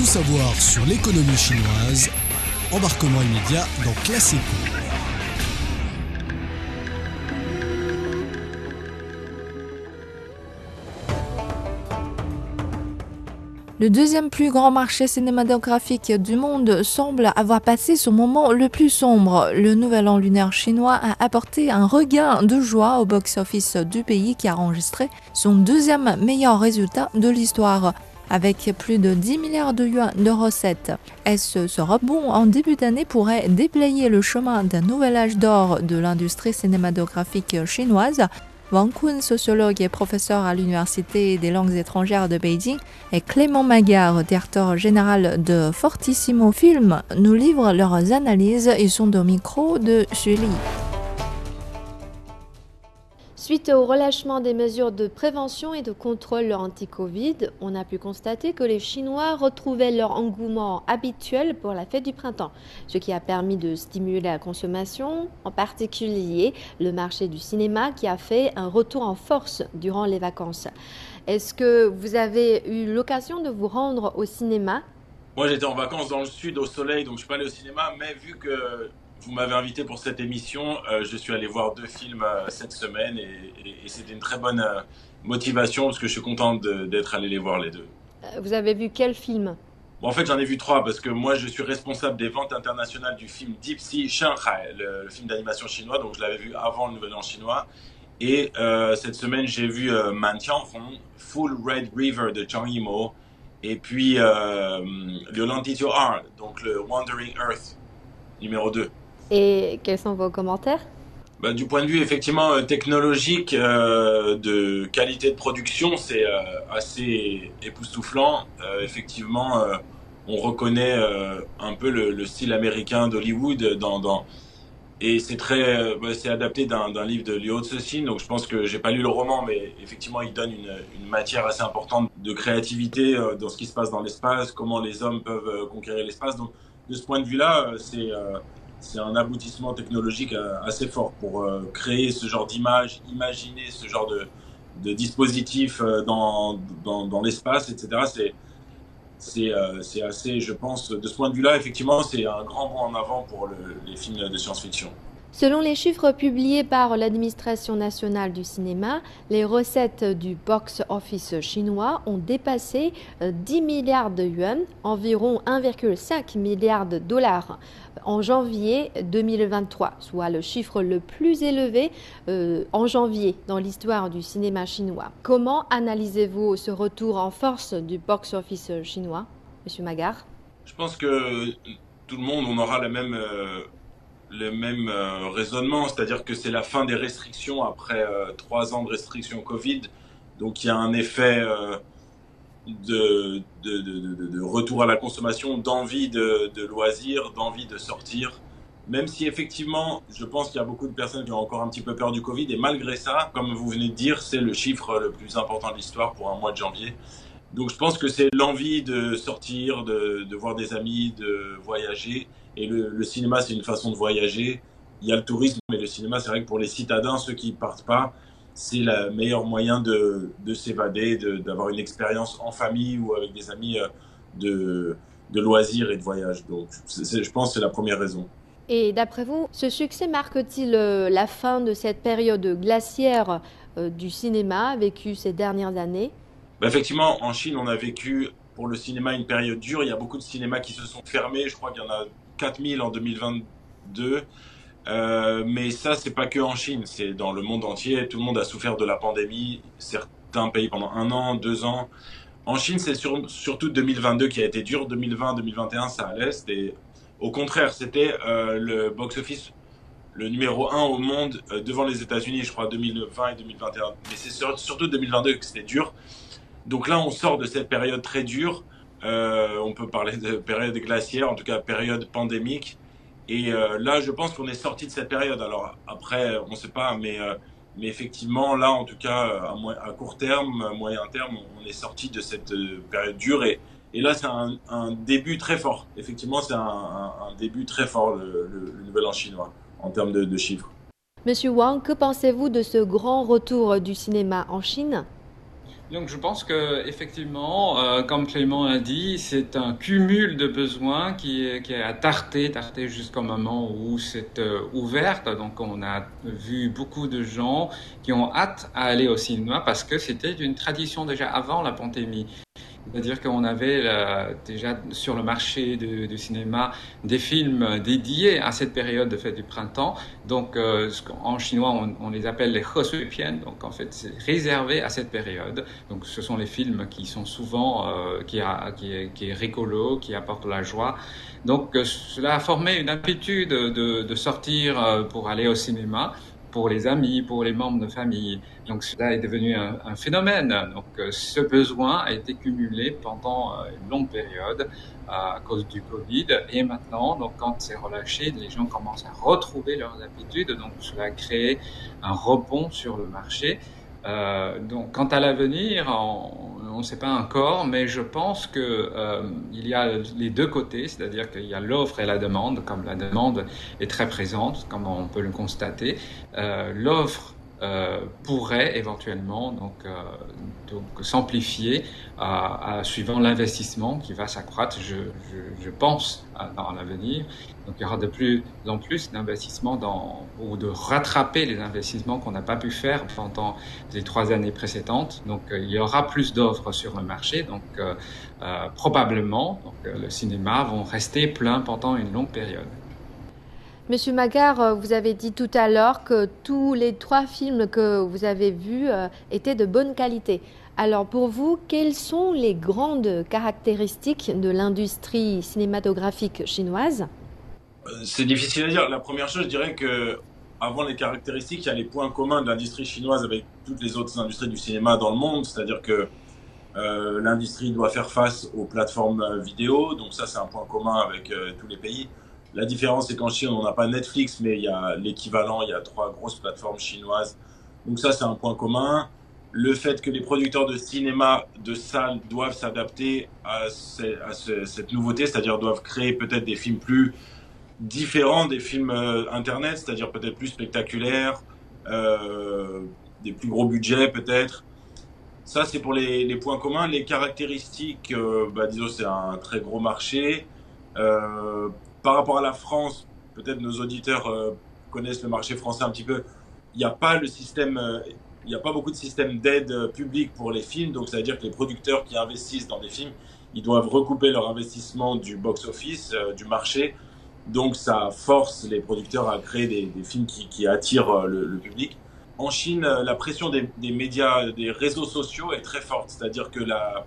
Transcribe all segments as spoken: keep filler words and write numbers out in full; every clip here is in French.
savoir sur l'économie chinoise, embarquement immédiat dans Classe Éco. Le deuxième plus grand marché cinématographique du monde semble avoir passé son moment le plus sombre. Le nouvel an lunaire chinois a apporté un regain de joie au box-office du pays qui a enregistré son deuxième meilleur résultat de l'histoire, avec plus de dix milliards de yuans de recettes. Est-ce ce rebond en début d'année pourrait déblayer le chemin d'un nouvel âge d'or de l'industrie cinématographique chinoise? Wang Kun, sociologue et professeur à l'Université des langues étrangères de Beijing, et Clément Magard, directeur général de Fortissimo Film, nous livrent leurs analyses. Ils sont au micro de Xu Li. Suite au relâchement des mesures de prévention et de contrôle anti-Covid, on a pu constater que les Chinois retrouvaient leur engouement habituel pour la fête du printemps, ce qui a permis de stimuler la consommation, en particulier le marché du cinéma qui a fait un retour en force durant les vacances. Est-ce que vous avez eu l'occasion de vous rendre au cinéma? Moi, j'étais en vacances dans le sud, au soleil, donc je suis pas allé au cinéma, mais vu que vous m'avez invité pour cette émission, euh, je suis allé voir deux films euh, cette semaine et, et, et c'était une très bonne euh, motivation parce que je suis content d'être allé les voir les deux. Vous avez vu quel film? Bon, en fait, j'en ai vu trois parce que moi, je suis responsable des ventes internationales du film Deep Sea Shanghai, le, le film d'animation chinois, donc je l'avais vu avant le Nouvel An chinois. Et euh, cette semaine, j'ai vu euh, Man Tianhong, Full Red River de Zhang Yimou, et puis euh, le Longitude R, donc le Wandering Earth numéro deux. Et quels sont vos commentaires? Bah, du point de vue effectivement euh, technologique, euh, de qualité de production, c'est euh, assez époustouflant. Euh, effectivement, euh, on reconnaît euh, un peu le, le style américain d'Hollywood dans, dans et c'est très, bah, c'est adapté d'un livre de Liu Cixin. Donc je pense que j'ai pas lu le roman, mais effectivement, il donne une, une matière assez importante de créativité euh, dans ce qui se passe dans l'espace, comment les hommes peuvent euh, conquérir l'espace. Donc de ce point de vue-là, c'est euh, c'est un aboutissement technologique assez fort pour euh, créer ce genre d'image, imaginer ce genre de, de dispositif euh, dans, dans, dans l'espace, et cetera. C'est c'est euh, assez, je pense, de ce point de vue-là, effectivement, c'est un grand bond en avant pour le, les films de science-fiction. Selon les chiffres publiés par l'administration nationale du cinéma, les recettes du box-office chinois ont dépassé dix milliards de yuans, environ un virgule cinq milliard de dollars en janvier deux mille vingt-trois, soit le chiffre le plus élevé euh, en janvier dans l'histoire du cinéma chinois. Comment analysez-vous ce retour en force du box-office chinois, Monsieur Magard? Je pense que tout le monde, on aura la même... Euh... le même euh, raisonnement, c'est-à-dire que c'est la fin des restrictions après euh, trois ans de restrictions Covid. Donc il y a un effet euh, de, de, de, de, de retour à la consommation, d'envie de, de loisirs, d'envie de sortir. Même si effectivement, je pense qu'il y a beaucoup de personnes qui ont encore un petit peu peur du Covid. Et malgré ça, comme vous venez de dire, c'est le chiffre le plus important de l'histoire pour un mois de janvier. Donc je pense que c'est l'envie de sortir, de, de voir des amis, de voyager. Et le, le cinéma, c'est une façon de voyager. Il y a le tourisme, mais le cinéma, c'est vrai que pour les citadins, ceux qui ne partent pas, c'est le meilleur moyen de, de s'évader, d'avoir une expérience en famille ou avec des amis de, de loisirs et de voyage. Donc c est, c est, je pense que c'est la première raison. Et d'après vous, ce succès marque-t-il la fin de cette période glaciaire du cinéma vécue ces dernières années? Bah effectivement, en Chine, on a vécu pour le cinéma une période dure. Il y a beaucoup de cinémas qui se sont fermés. Je crois qu'il y en a quatre mille en deux mille vingt-deux. Euh, mais ça, c'est pas que en Chine, c'est dans le monde entier. Tout le monde a souffert de la pandémie. Certains pays pendant un an, deux ans. En Chine, c'est sur, surtout deux mille vingt-deux qui a été dur. deux mille vingt, deux mille vingt et un, ça allait. C'était, au contraire, c'était euh, le box-office, le numéro un au monde euh, devant les États-Unis, je crois, deux mille vingt et deux mille vingt et un. Mais c'est sur, surtout deux mille vingt-deux que c'était dur. Donc là, on sort de cette période très dure. Euh, on peut parler de période glaciaire, en tout cas période pandémique. Et euh, là, je pense qu'on est sorti de cette période. Alors après, on ne sait pas, mais, euh, mais effectivement, là, en tout cas, à, à court terme, à moyen terme, on est sorti de cette période dure. Et, et là, c'est un, un début très fort. Effectivement, c'est un, un, un début très fort, le, le, le Nouvel An chinois, en termes de, de chiffres. Monsieur Wang, que pensez-vous de ce grand retour du cinéma en Chine? Donc je pense que effectivement, euh, comme Clément a dit, c'est un cumul de besoins qui est, qui est à tarter, tarter jusqu'au moment où c'est euh, ouvert. Donc on a vu beaucoup de gens qui ont hâte à aller au cinéma parce que c'était une tradition déjà avant la pandémie. C'est-à-dire qu'on avait euh, déjà sur le marché du, du cinéma des films dédiés à cette période de fête du printemps. Donc euh, en chinois, on, on les appelle les he sui pian. Donc en fait, c'est réservé à cette période. Donc ce sont les films qui sont souvent euh, qui, a, qui, est, qui est rigolo, qui apportent la joie. Donc euh, cela a formé une habitude de, de sortir euh, pour aller au cinéma, pour les amis, pour les membres de famille. Donc cela est devenu un, un phénomène. Donc euh, ce besoin a été cumulé pendant euh, une longue période euh, à cause du Covid. Et maintenant, donc quand c'est relâché, les gens commencent à retrouver leurs habitudes. Donc cela a créé un rebond sur le marché. Euh, donc quant à l'avenir, on ne sait pas encore, mais je pense que euh, il y a les deux côtés, c'est-à-dire qu'il y a l'offre et la demande. Comme la demande est très présente, comme on peut le constater, euh, l'offre euh, pourrait éventuellement donc, euh, donc s'amplifier à, à, suivant l'investissement qui va s'accroître, je, je, je pense, à, dans l'avenir. Donc il y aura de plus en plus d'investissements dans, ou de rattraper les investissements qu'on n'a pas pu faire pendant les trois années précédentes. Donc euh, il y aura plus d'offres sur le marché. Donc euh, euh, probablement, donc, euh, le cinéma vont rester plein pendant une longue période. Monsieur Magard, vous avez dit tout à l'heure que tous les trois films que vous avez vus euh, étaient de bonne qualité. Alors pour vous, quelles sont les grandes caractéristiques de l'industrie cinématographique chinoise ? C'est difficile à dire. La première chose, je dirais que avant les caractéristiques, il y a les points communs de l'industrie chinoise avec toutes les autres industries du cinéma dans le monde. C'est-à-dire que euh, l'industrie doit faire face aux plateformes vidéo. Donc ça, c'est un point commun avec euh, tous les pays. La différence, c'est qu'en Chine, on n'a pas Netflix, mais il y a l'équivalent, il y a trois grosses plateformes chinoises. Donc ça, c'est un point commun. Le fait que les producteurs de cinéma, de salles, doivent s'adapter à, ces, à ce, cette nouveauté, c'est-à-dire doivent créer peut-être des films plus différents des films euh, Internet, c'est-à-dire peut-être plus spectaculaires, euh, des plus gros budgets peut-être. Ça, c'est pour les, les points communs. Les caractéristiques, euh, bah, disons, c'est un très gros marché. Euh, Par rapport à la France, peut-être nos auditeurs euh, connaissent le marché français un petit peu. Il n'y a pas le système, euh, il n'y a pas beaucoup de systèmes d'aide euh, publique pour les films. Donc, ça veut dire que les producteurs qui investissent dans des films, ils doivent recouper leur investissement du box-office, euh, du marché. Donc, ça force les producteurs à créer des, des films qui, qui attirent euh, le, le public. En Chine, la pression des, des médias, des réseaux sociaux est très forte. C'est-à-dire que la,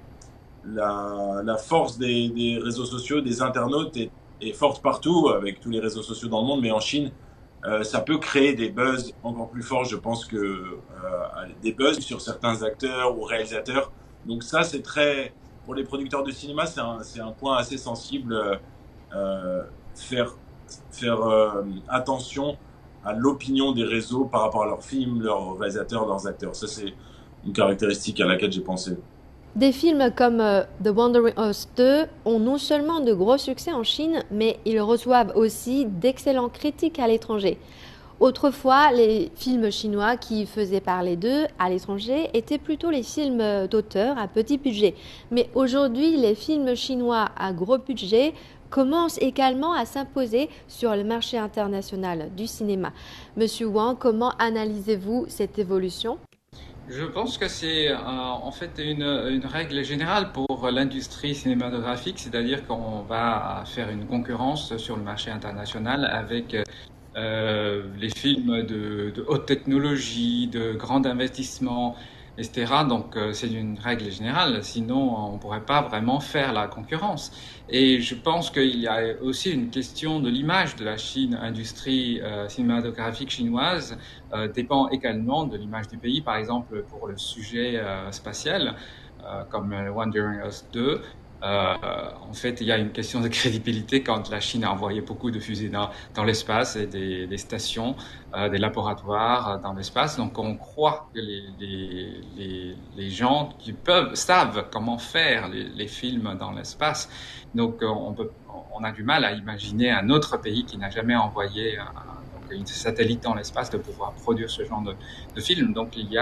la, la force des, des réseaux sociaux, des internautes est est forte partout avec tous les réseaux sociaux dans le monde, mais en Chine, euh, ça peut créer des buzz encore plus forts, je pense, que euh, des buzz sur certains acteurs ou réalisateurs. Donc ça, c'est très, pour les producteurs de cinéma, c'est un, c'est un point assez sensible, euh, faire, faire euh, attention à l'opinion des réseaux par rapport à leurs films, leurs réalisateurs, leurs acteurs. Ça, c'est une caractéristique à laquelle j'ai pensé. Des films comme euh, The Wandering Earth deux ont non seulement de gros succès en Chine, mais ils reçoivent aussi d'excellentes critiques à l'étranger. Autrefois, les films chinois qui faisaient parler d'eux à l'étranger étaient plutôt les films d'auteur à petit budget. Mais aujourd'hui, les films chinois à gros budget commencent également à s'imposer sur le marché international du cinéma. Monsieur Wang, comment analysez-vous cette évolution ? Je pense que c'est euh, en fait une, une règle générale pour l'industrie cinématographique, c'est-à-dire qu'on va faire une concurrence sur le marché international avec euh, les films de, de haute technologie, de grand investissement, et cetera. Donc euh, c'est une règle générale, sinon on ne pourrait pas vraiment faire la concurrence. Et je pense qu'il y a aussi une question de l'image de la Chine, industrie euh, cinématographique chinoise euh, dépend également de l'image du pays. Par exemple, pour le sujet euh, spatial, euh, comme Wandering Earth deux, Euh, en fait, il y a une question de crédibilité quand la Chine a envoyé beaucoup de fusées dans, dans l'espace et des, des stations, euh, des laboratoires dans l'espace. Donc, on croit que les, les, les, les gens qui peuvent savent comment faire les, les films dans l'espace. Donc, on, peut, on a du mal à imaginer un autre pays qui n'a jamais envoyé un, donc une satellite dans l'espace de pouvoir produire ce genre de, de film. Donc, il y a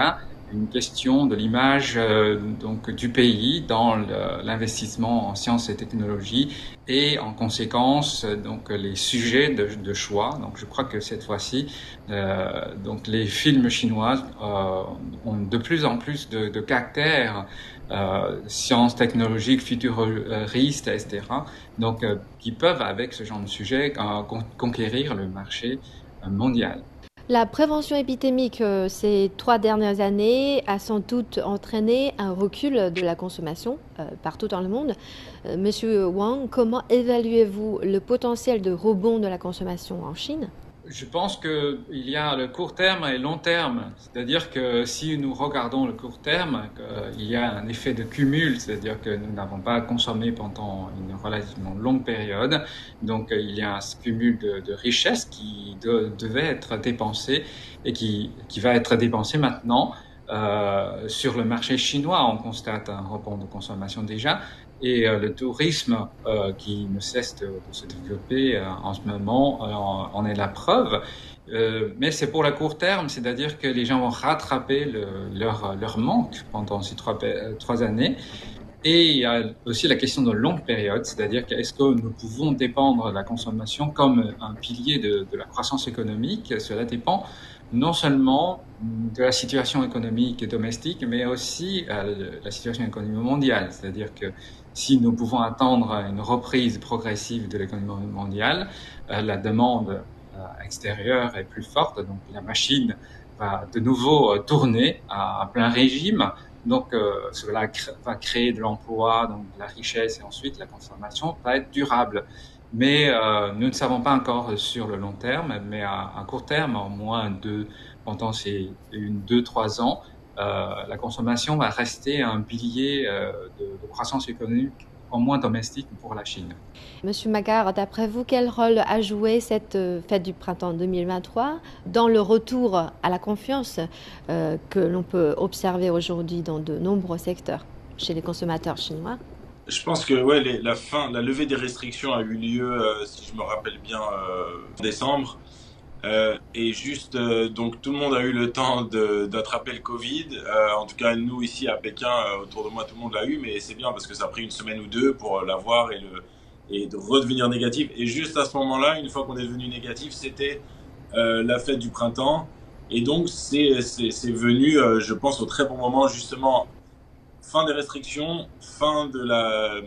une question de l'image euh, donc du pays dans le, l'investissement en sciences et technologies et en conséquence donc les sujets de, de choix. Donc je crois que cette fois-ci euh, donc les films chinois euh, ont de plus en plus de, de caractère euh, sciences technologiques futuristes, et cetera. Donc euh, qui peuvent avec ce genre de sujet euh, conquérir le marché euh, mondial. La prévention épidémique euh, ces trois dernières années a sans doute entraîné un recul de la consommation euh, partout dans le monde. Euh, Monsieur Wang, comment évaluez-vous le potentiel de rebond de la consommation en Chine ? Je pense qu'il y a le court terme et le long terme. C'est-à-dire que si nous regardons le court terme, il y a un effet de cumul, c'est-à-dire que nous n'avons pas consommé pendant une relativement longue période. Donc il y a un cumul de, de richesses qui de, devait être dépensé et qui, qui va être dépensé maintenant. Euh, sur le marché chinois, on constate un rebond de consommation déjà. Et euh, le tourisme euh, qui ne cesse de, de se développer euh, en ce moment euh, en, en est la preuve. Euh, mais c'est pour le court terme, c'est-à-dire que les gens vont rattraper le, leur, leur manque pendant ces trois, trois années. Et il y a aussi la question de longue période, c'est-à-dire que est-ce que nous pouvons dépendre de la consommation comme un pilier de, de la croissance économique? Cela dépend non seulement de la situation économique et domestique, mais aussi euh, la situation économique mondiale. C'est-à-dire que si nous pouvons attendre une reprise progressive de l'économie mondiale, euh, la demande euh, extérieure est plus forte, donc la machine va de nouveau euh, tourner à, à plein régime. Donc euh, cela cr- va créer de l'emploi, donc de la richesse, et ensuite la consommation va être durable. Mais euh, nous ne savons pas encore sur le long terme, mais à, à court terme, au moins deux, pendant ces une, deux, trois ans, euh, la consommation va rester un pilier euh, de, de croissance économique, au moins domestique pour la Chine. Monsieur Magar, d'après vous, quel rôle a joué cette fête du printemps deux mille vingt-trois dans le retour à la confiance euh, que l'on peut observer aujourd'hui dans de nombreux secteurs chez les consommateurs chinois ? Je pense que ouais, les, la fin, la levée des restrictions a eu lieu, euh, si je me rappelle bien, euh, en décembre. Euh, et juste, euh, donc tout le monde a eu le temps de, d'attraper le Covid. Euh, en tout cas, nous ici à Pékin, euh, autour de moi, tout le monde l'a eu, mais c'est bien parce que ça a pris une semaine ou deux pour l'avoir et, le, et de redevenir négatif. Et juste à ce moment-là, une fois qu'on est devenu négatif, c'était euh, la fête du printemps. Et donc, c'est, c'est, c'est venu, euh, je pense, au très bon moment, justement. Fin des restrictions, fin de la,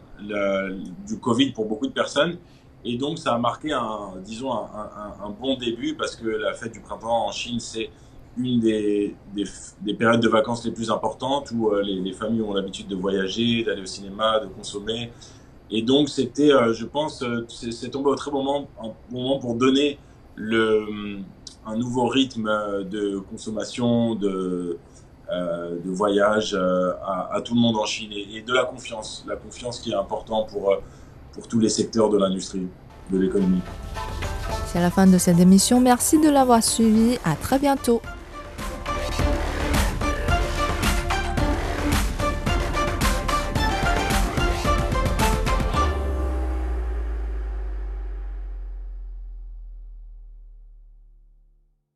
la, du Covid pour beaucoup de personnes. Et donc, ça a marqué un, disons, un, un, un bon début parce que la fête du printemps en Chine, c'est une des, des, des périodes de vacances les plus importantes où euh, les, les familles ont l'habitude de voyager, d'aller au cinéma, de consommer. Et donc, c'était, euh, je pense, euh, c'est, c'est tombé au très bon moment, un bon moment pour donner le, un nouveau rythme de consommation, de Euh, de voyage euh, à, à tout le monde en Chine et, et de la confiance, la confiance qui est importante pour, pour tous les secteurs de l'industrie, de l'économie. C'est la fin de cette émission. Merci de l'avoir suivi. À très bientôt.